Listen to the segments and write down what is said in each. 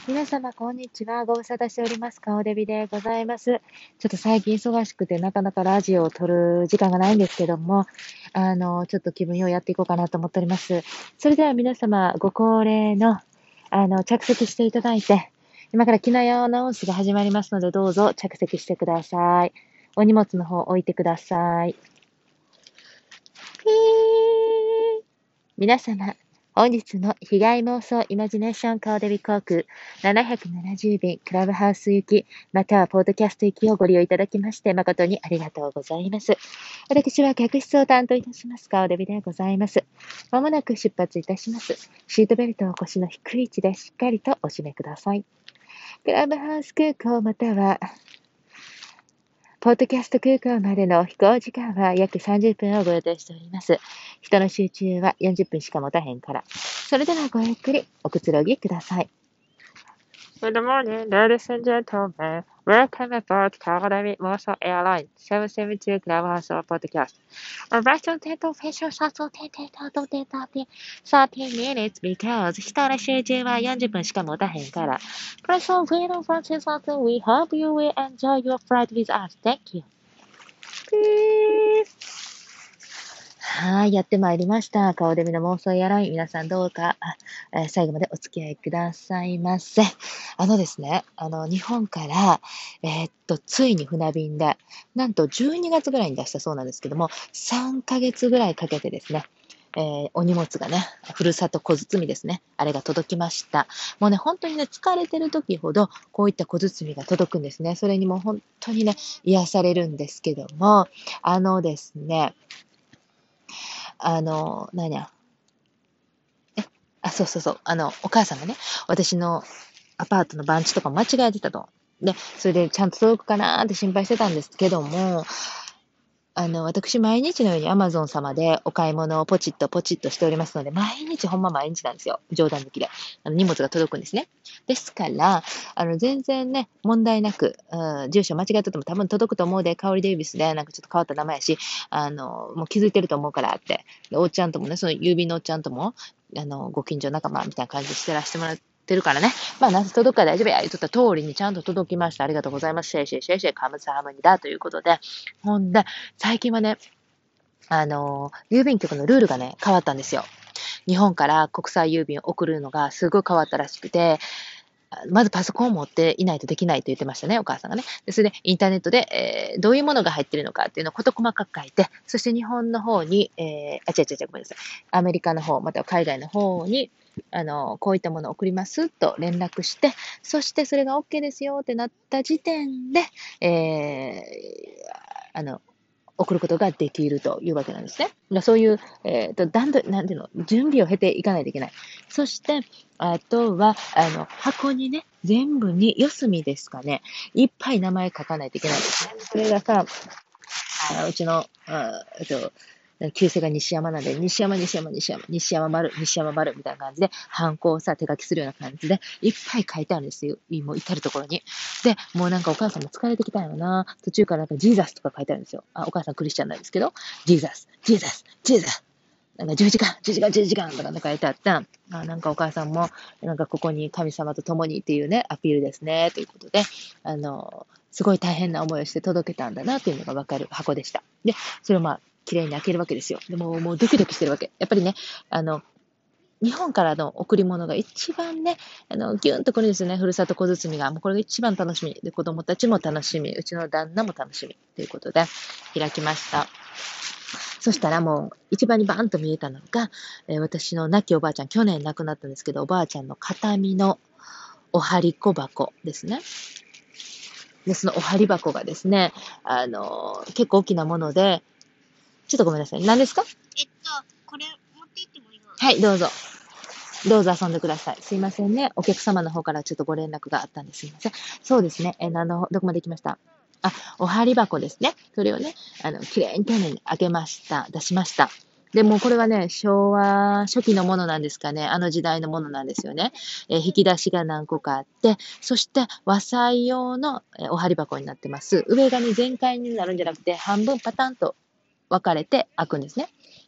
皆様、こんにちは。ご無沙汰しております。顔デビでございます。ちょっと最近忙しくて、なかなかラジオを撮る時間がないんですけども、ちょっと気分をやっていこうかなと思っております。それでは皆様、ご高齢の、着席していただいて、今から機内アナウンスが始まりますので、どうぞ着席してください。お荷物の方置いてください。ピー皆様、本日の被害妄想イマジネーション顔デビ航空770便クラブハウス行き、またはポッドキャスト行きをご利用いただきまして誠にありがとうございます。私は客室を担当いたします顔デビでございます。まもなく出発いたします。シートベルトを腰の低い位置でしっかりとお締めください。クラブハウス空港またはポッドキャスト空港までの飛行時間は約30分をご予定しております。人の集中は40分しか持たへんから。それではごゆっくりおくつろぎください。 Good morning, ladies and gentlemen. Welcome aboard Kagami Morsel Airlines 772 Clubhouse Podcast. A vessel dental facial shuttle 13 minutes because 人の集中は40分しか持たへんから。Please hold on for until we hope you will enjoy your flight with us. Thank you. はい、やってまいりました。顔デビの妄想エアライン。皆さんどうか、最後までお付き合いくださいませ。ですね、日本から、ついに船便で、なんと12月ぐらいに出したそうなんですけども、3ヶ月ぐらいかけてですね、お荷物がね、ふるさと小包ですね。あれが届きました。もうね、本当にね、疲れてる時ほど、こういった小包が届くんですね。それにもう本当にね、癒されるんですけども、ですね、何や、そうそうそう、お母さんがね、私のアパートの番地とか間違えてたと。で、それでちゃんと届くかなーって心配してたんですけども、私毎日のように Amazon 様でお買い物をポチッとポチッとしておりますので、ほんま毎日なんですよ。冗談抜きで。荷物が届くんですね。ですから、全然ね、問題なく、住所間違えてても多分届くと思うで、香りデイビスで、なんかちょっと変わった名前やし、もう気づいてると思うからって。で、おっちゃんともね、その郵便のおっちゃんとも、ご近所仲間みたいな感じでしてらしてもらってるからね。夏届くから大丈夫や、言っとった通りにちゃんと届きました。ありがとうございます。シェイシェイシェイシェイ、カムサハムニだということで。ほんで、最近はね、郵便局のルールがね、変わったんですよ。日本から国際郵便を送るのがすごい変わったらしくて、まずパソコンを持っていないとできないと言ってましたね、お母さんがね。でそれでインターネットで、どういうものが入っているのかっていうのを事細かく書いて、そして日本の方に、ごめんなさい。アメリカの方、または海外の方に、こういったものを送りますと連絡して、そしてそれが OK ですよってなった時点で、送ることができるというわけなんですね。そういう、なんていうの、準備を経ていかないといけない。そして、あとは、箱にね、全部に、四隅ですかね、いっぱい名前書かないといけないんですね。それがさ、うちの、旧姓が西山なんで、西山丸みたいな感じで、ハンコをさ、手書きするような感じで、いっぱい書いてあるんですよ。もう至るところに。で、もうなんかお母さんも疲れてきたんやろな。途中からなんかジーザスとか書いてあるんですよ。お母さんクリスチャンなんですけど、ジーザス。なんか10時間とかね書いてあった。なんかお母さんも、なんかここに神様と共にっていうね、アピールですね、ということで、すごい大変な思いをして届けたんだなっていうのがわかる箱でした。で、それを綺麗に開けるわけですよ。でも、もうドキドキしてるわけ。やっぱりね、日本からの贈り物が一番ね、ギュンとくるんですよね。ふるさと小包が。もうこれが一番楽しみ。で、子供たちも楽しみ。うちの旦那も楽しみ。ということで、開きました。そしたらもう一番にバーンと見えたのが、私の亡きおばあちゃん、去年亡くなったんですけど、おばあちゃんの形見のおはりこ箱ですね。で、そのおはり箱がですね、結構大きなもので、ちょっとごめんなさい。何ですか？ これ持って行ってもいいの？ はい、どうぞ。どうぞ遊んでください。すいませんね。お客様の方からちょっとご連絡があったんですいません。そうですね。どこまで行きました？おはり箱ですね。それをね、きれいに丁寧に開けました。出しました。でもこれはね、昭和初期のものなんですかね。あの時代のものなんですよね。引き出しが何個かあって、そして和裁用のおはり箱になってます。上がね、全開になるんじゃなくて、半分パタンと分かれて開くんですね。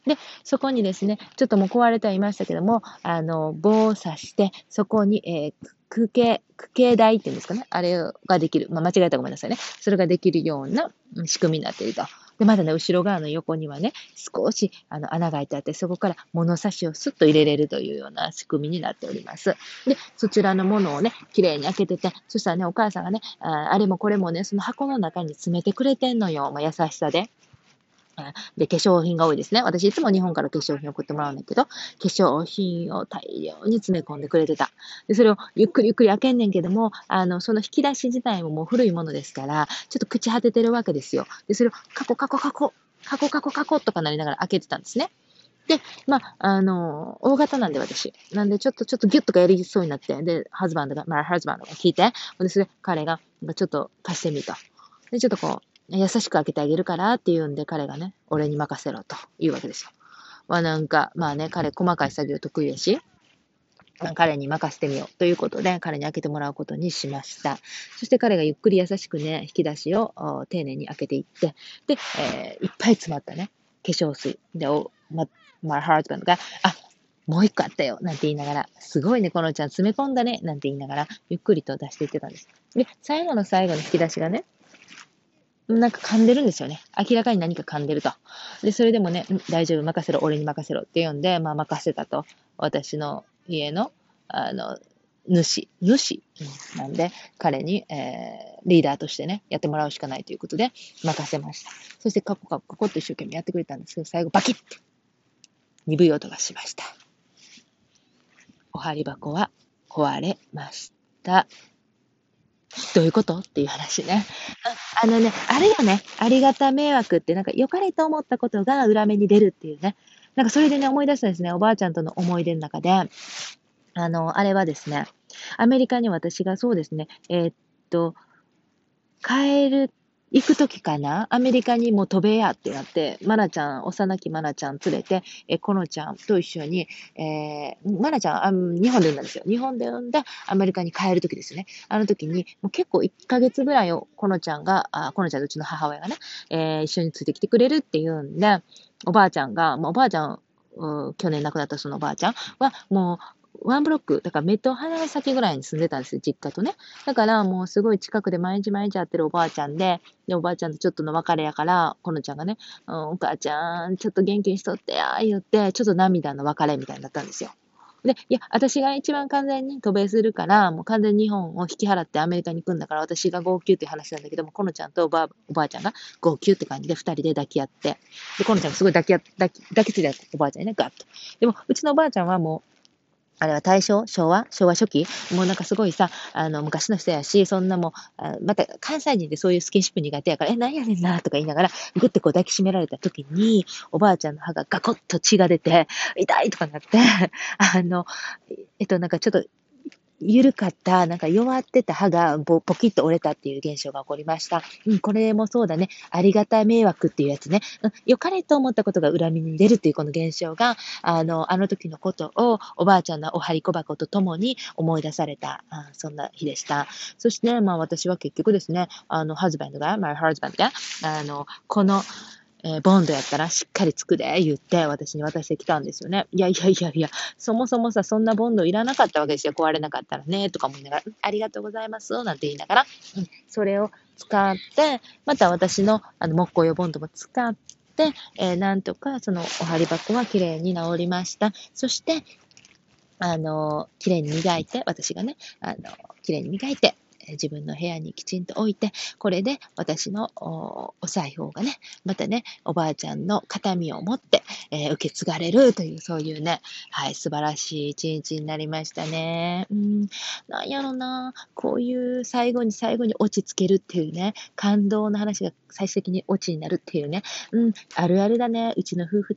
で、そこにですね、ちょっともう壊れてはいましたけども、棒を刺して、そこに、区形台っていうんですかね。あれができる。まあ、間違えたらごめんなさいね。それができるような仕組みになっていると。で、まだね、後ろ側の横にはね、少し穴が開いてあって、そこから物差しをスッと入れれるというような仕組みになっております。で、そちらのものをね、きれいに開けてて、そしたらね、お母さんがね、あれもこれもね、その箱の中に詰めてくれてんのよ。まあ、優しさで。で、化粧品が多いですね。私いつも日本から化粧品送ってもらうんだけど、化粧品を大量に詰め込んでくれてた。で、それをゆっくりゆっくり開けんねんけども、その引き出し自体ももう古いものですから、ちょっと朽ち果ててるわけですよ。で、それをカコとかなりながら開けてたんですね。で、まあ、大型なんで私。なんで、ちょっとギュッとかやりそうになって、で、ハズバンドが聞いて、で、それで彼が、ちょっと貸してみと。で、ちょっとこう、優しく開けてあげるからって言うんで、彼がね、俺に任せろと言うわけですよ。なんか、まあね、彼細かい作業得意やし、彼に任せてみようということで、彼に開けてもらうことにしました。そして彼がゆっくり優しくね、引き出しを丁寧に開けていって、で、いっぱい詰まったね、化粧水で、my husband が、もう一個あったよ、なんて言いながら、すごいね、このちゃん詰め込んだね、なんて言いながら、ゆっくりと出していってたんです。で、最後の最後の引き出しがね、なんか噛んでるんですよね。明らかに何か噛んでると。で、それでもね、大丈夫、任せろ、俺に任せろって言うんで、まあ任せたと。私の家の、主、なんで、彼に、リーダーとしてね、やってもらうしかないということで、任せました。そして、カコッと一生懸命やってくれたんですけど、最後、バキッて、鈍い音がしました。お針箱は壊れました。どういうことっていう話ね。あれよね、ありがた迷惑って、なんか良かれと思ったことが裏目に出るっていうね。なんかそれでね、思い出したんですね。おばあちゃんとの思い出の中で、あれはですね、アメリカに私がそうですね、帰る、行くときかなアメリカにもう飛べやってなって、マナちゃん、幼きマナちゃん連れて、コノちゃんと一緒に、マナちゃん、日本で産んだんですよ。日本で産んで、アメリカに帰るときですね。あの時に、もう結構1ヶ月ぐらいを、コノちゃんが、コノちゃんとうちの母親がね、一緒についてきてくれるっていうんで、おばあちゃんが、おばあちゃん、去年亡くなったそのおばあちゃんは、もう、ワンブロック、だから目と鼻の先ぐらいに住んでたんですよ、実家とね。だからもうすごい近くで毎日毎日会ってるおばあちゃんで、おばあちゃんとちょっとの別れやから、このちゃんがね、お母ちゃん、ちょっと元気にしとってや、言って、ちょっと涙の別れみたいになったんですよ。で、いや、私が一番完全に渡米するから、もう完全に日本を引き払ってアメリカに行くんだから、私が号泣っていう話なんだけども、このちゃんとおばあちゃんが号泣って感じで二人で抱き合って、で、このちゃんがすごい抱きついたおばあちゃんにね、ガッと。でも、うちのおばあちゃんはもう、あれは大正昭和初期もうなんかすごいさ、昔の人やし、そんなもう、また関西人ってそういうスキンシップ苦手やから、なんやねんなとか言いながら、ぐってこう抱きしめられた時に、おばあちゃんの歯がガコッと血が出て、痛いとかなって、なんかちょっと緩かった、なんか弱ってた歯がポキッと折れたっていう現象が起こりました。これもそうだね。ありがたい迷惑っていうやつね。良かれと思ったことが恨みに出るっていうこの現象が、あの時のことをおばあちゃんのお針小箱とともに思い出された、そんな日でした。そして、私は結局ですね、my husband が、この、ボンドやったらしっかりつくで、言って私に渡してきたんですよね。いや、そもそもさ、そんなボンドいらなかったわけですよ。壊れなかったらね、とか思いながら、ありがとうございます、なんて言いながら、それを使って、また私の、木工用ボンドも使って、なんとかそのお針箱は綺麗に治りました。そして、綺麗に磨いて、私がね、綺麗に磨いて、自分の部屋にきちんと置いて、これで私のお裁縫がね、またね、おばあちゃんの形見を持って、受け継がれるという、そういうね、はい、素晴らしい一日になりましたね。なんやろな、こういう最後に落ち着けるっていうね、感動の話が最終的にオチになるっていうね、あるあるだね、うちの夫婦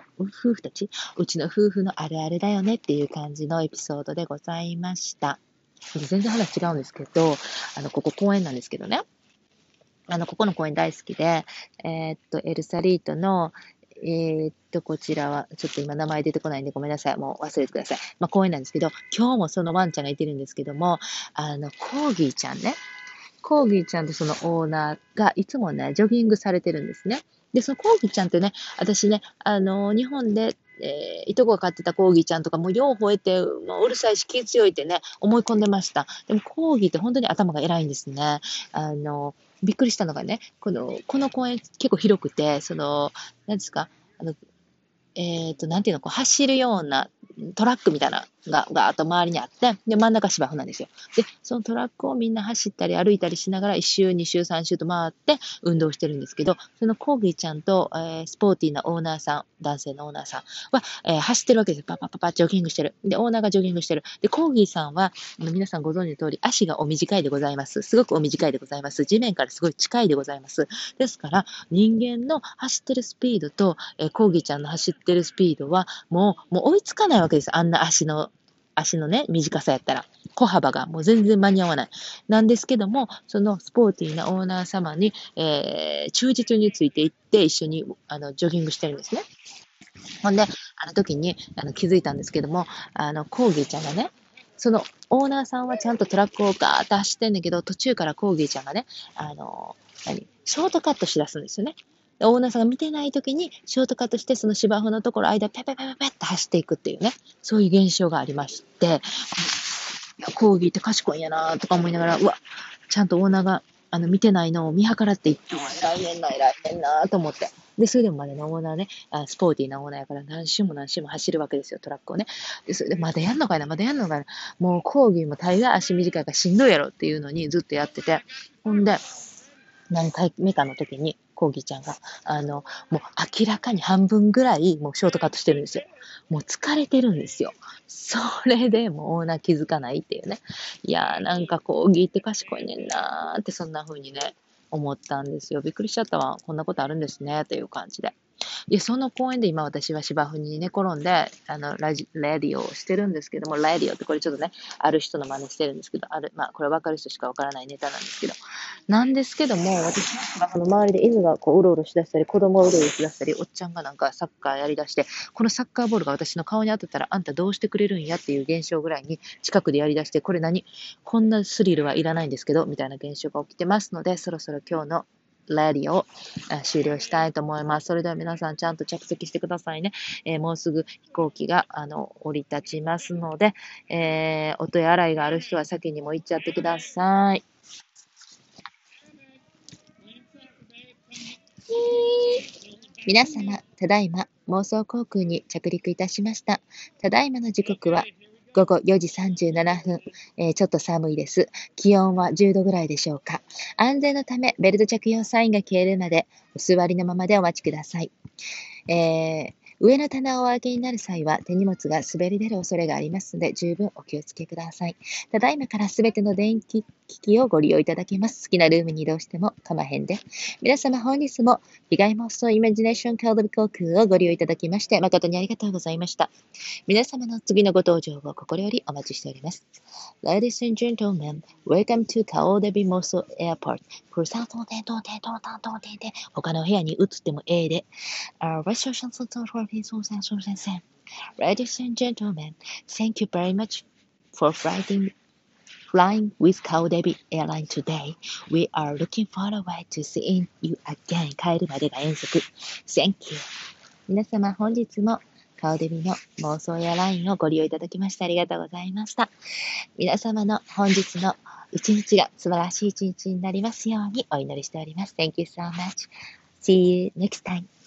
のあるあるだよねっていう感じのエピソードでございました。全然話違うんですけど、ここ公園なんですけどね。ここの公園大好きで、エルサリートの、こちらは、ちょっと今名前出てこないんでごめんなさい。もう忘れてください。公園なんですけど、今日もそのワンちゃんがいてるんですけども、コーギーちゃんね。コーギーちゃんとそのオーナーがいつもね、ジョギングされてるんですね。 で、そのコーギーちゃんってね、私ね、日本で、いとこが飼ってたコーギーちゃんとかもよう吠えて、もううるさいし気強いってね、思い込んでました。でもコーギーって本当に頭が偉いんですね。びっくりしたのがね、この公園結構広くて、何ですか、あの、なんていうの、こう走るようなトラックみたいなのがガーッと周りにあって、で、真ん中芝生なんですよ。で、そのトラックをみんな走ったり歩いたりしながら1周、2周、3周と回って運動してるんですけど、そのコーギーちゃんと、スポーティーなオーナーさん、男性のオーナーさんは、走ってるわけですよ。パパパパ、ジョギングしてる。で、オーナーがジョギングしてる。で、コーギーさんは、皆さんご存知の通り、足がお短いでございます。すごくお短いでございます。地面からすごい近いでございます。ですから、人間の走ってるスピードと、コーギーちゃんの走ってるスピードは、もう追いつかないわけです。あんな足のね、短さやったら。歩幅がもう全然間に合わない。なんですけども、そのスポーティーなオーナー様に、忠実についていって一緒にジョギングしてるんですね。ほんで、あの時に気づいたんですけども、コーギーちゃんがね、そのオーナーさんはちゃんとトラックをガーッと走ってんだけど、途中からコーギーちゃんがね、ショートカットしだすんですよね。オーナーさんが見てない時にショートカットして、その芝生のところ間、ペペペペペって走っていくっていうね、そういう現象がありまして、いやコーギーって賢いんやなとか思いながら、うわ、ちゃんとオーナーが見てないのを見計らっていって、来年な、来年なと思って。で、それでもまだね、オーナーね、スポーティーなオーナーやから何周も何周も走るわけですよ、トラックをね。で、それでまだやんのかいな、まだやんのかいな。もうコーギーも大概足短いからしんどいやろっていうのにずっとやってて。ほんで、何回目かの時に、コーギーちゃんが、もう明らかに半分ぐらい、もうショートカットしてるんですよ。もう疲れてるんですよ。それでもうオーナー気づかないっていうね。いやーなんかコーギーって賢いねんなーってそんな風にね、思ったんですよ。びっくりしちゃったわ。こんなことあるんですね、っていう感じで。で、その公園で今私は芝生に寝転んで、レディオをしてるんですけども、レディオってこれちょっとね、ある人の真似してるんですけど、まあ、これ分かる人しか分からないネタなんですけど、なんですけども、私の芝生の周りで犬がこう、うろうろしだしたり、子供がうろうろしだしたり、おっちゃんがなんかサッカーやりだして、このサッカーボールが私の顔に当たったら、あんたどうしてくれるんやっていう現象ぐらいに近くでやりだして、これこんなスリルはいらないんですけど、みたいな現象が起きてますので、そろそろ今日のレディを終了したいと思います。それでは皆さんちゃんと着席してくださいね。もうすぐ飛行機が降り立ちますので、お手洗いがある人は先にも行っちゃってください。皆様、ただいま妄想航空に着陸いたしました。ただいまの時刻は午後4時37分、ちょっと寒いです。気温は10度ぐらいでしょうか。安全のため、ベルト着用サインが消えるまで、お座りのままでお待ちください。上の棚をお開けになる際は手荷物が滑り出る恐れがありますので十分お気をつけください。ただいまからすべての電気機器をご利用いただけます。好きなルームに移動しても構わへんで。皆様本日も被害妄想イマジネーションカードビ航空をご利用いただきまして誠にありがとうございました。皆様の次のご搭乗を心よりお待ちしております。Ladies and gentlemen, welcome to Kaodebi Moso Airport. これ3等点、等点、等点、等点で他の部屋に移ってもええで。Reservations for Ladies and gentlemen, thank you very much for flying with Kaodebi Airline today. We are looking forward to seeing you again. 帰るまでが遠足。Thank you. 皆様本日もカオデビの妄想エアラインをご利用いただきましてありがとうございました。皆様の本日の一日が素晴らしい一日になりますようにお祈りしております。Thank you so much. See you next time.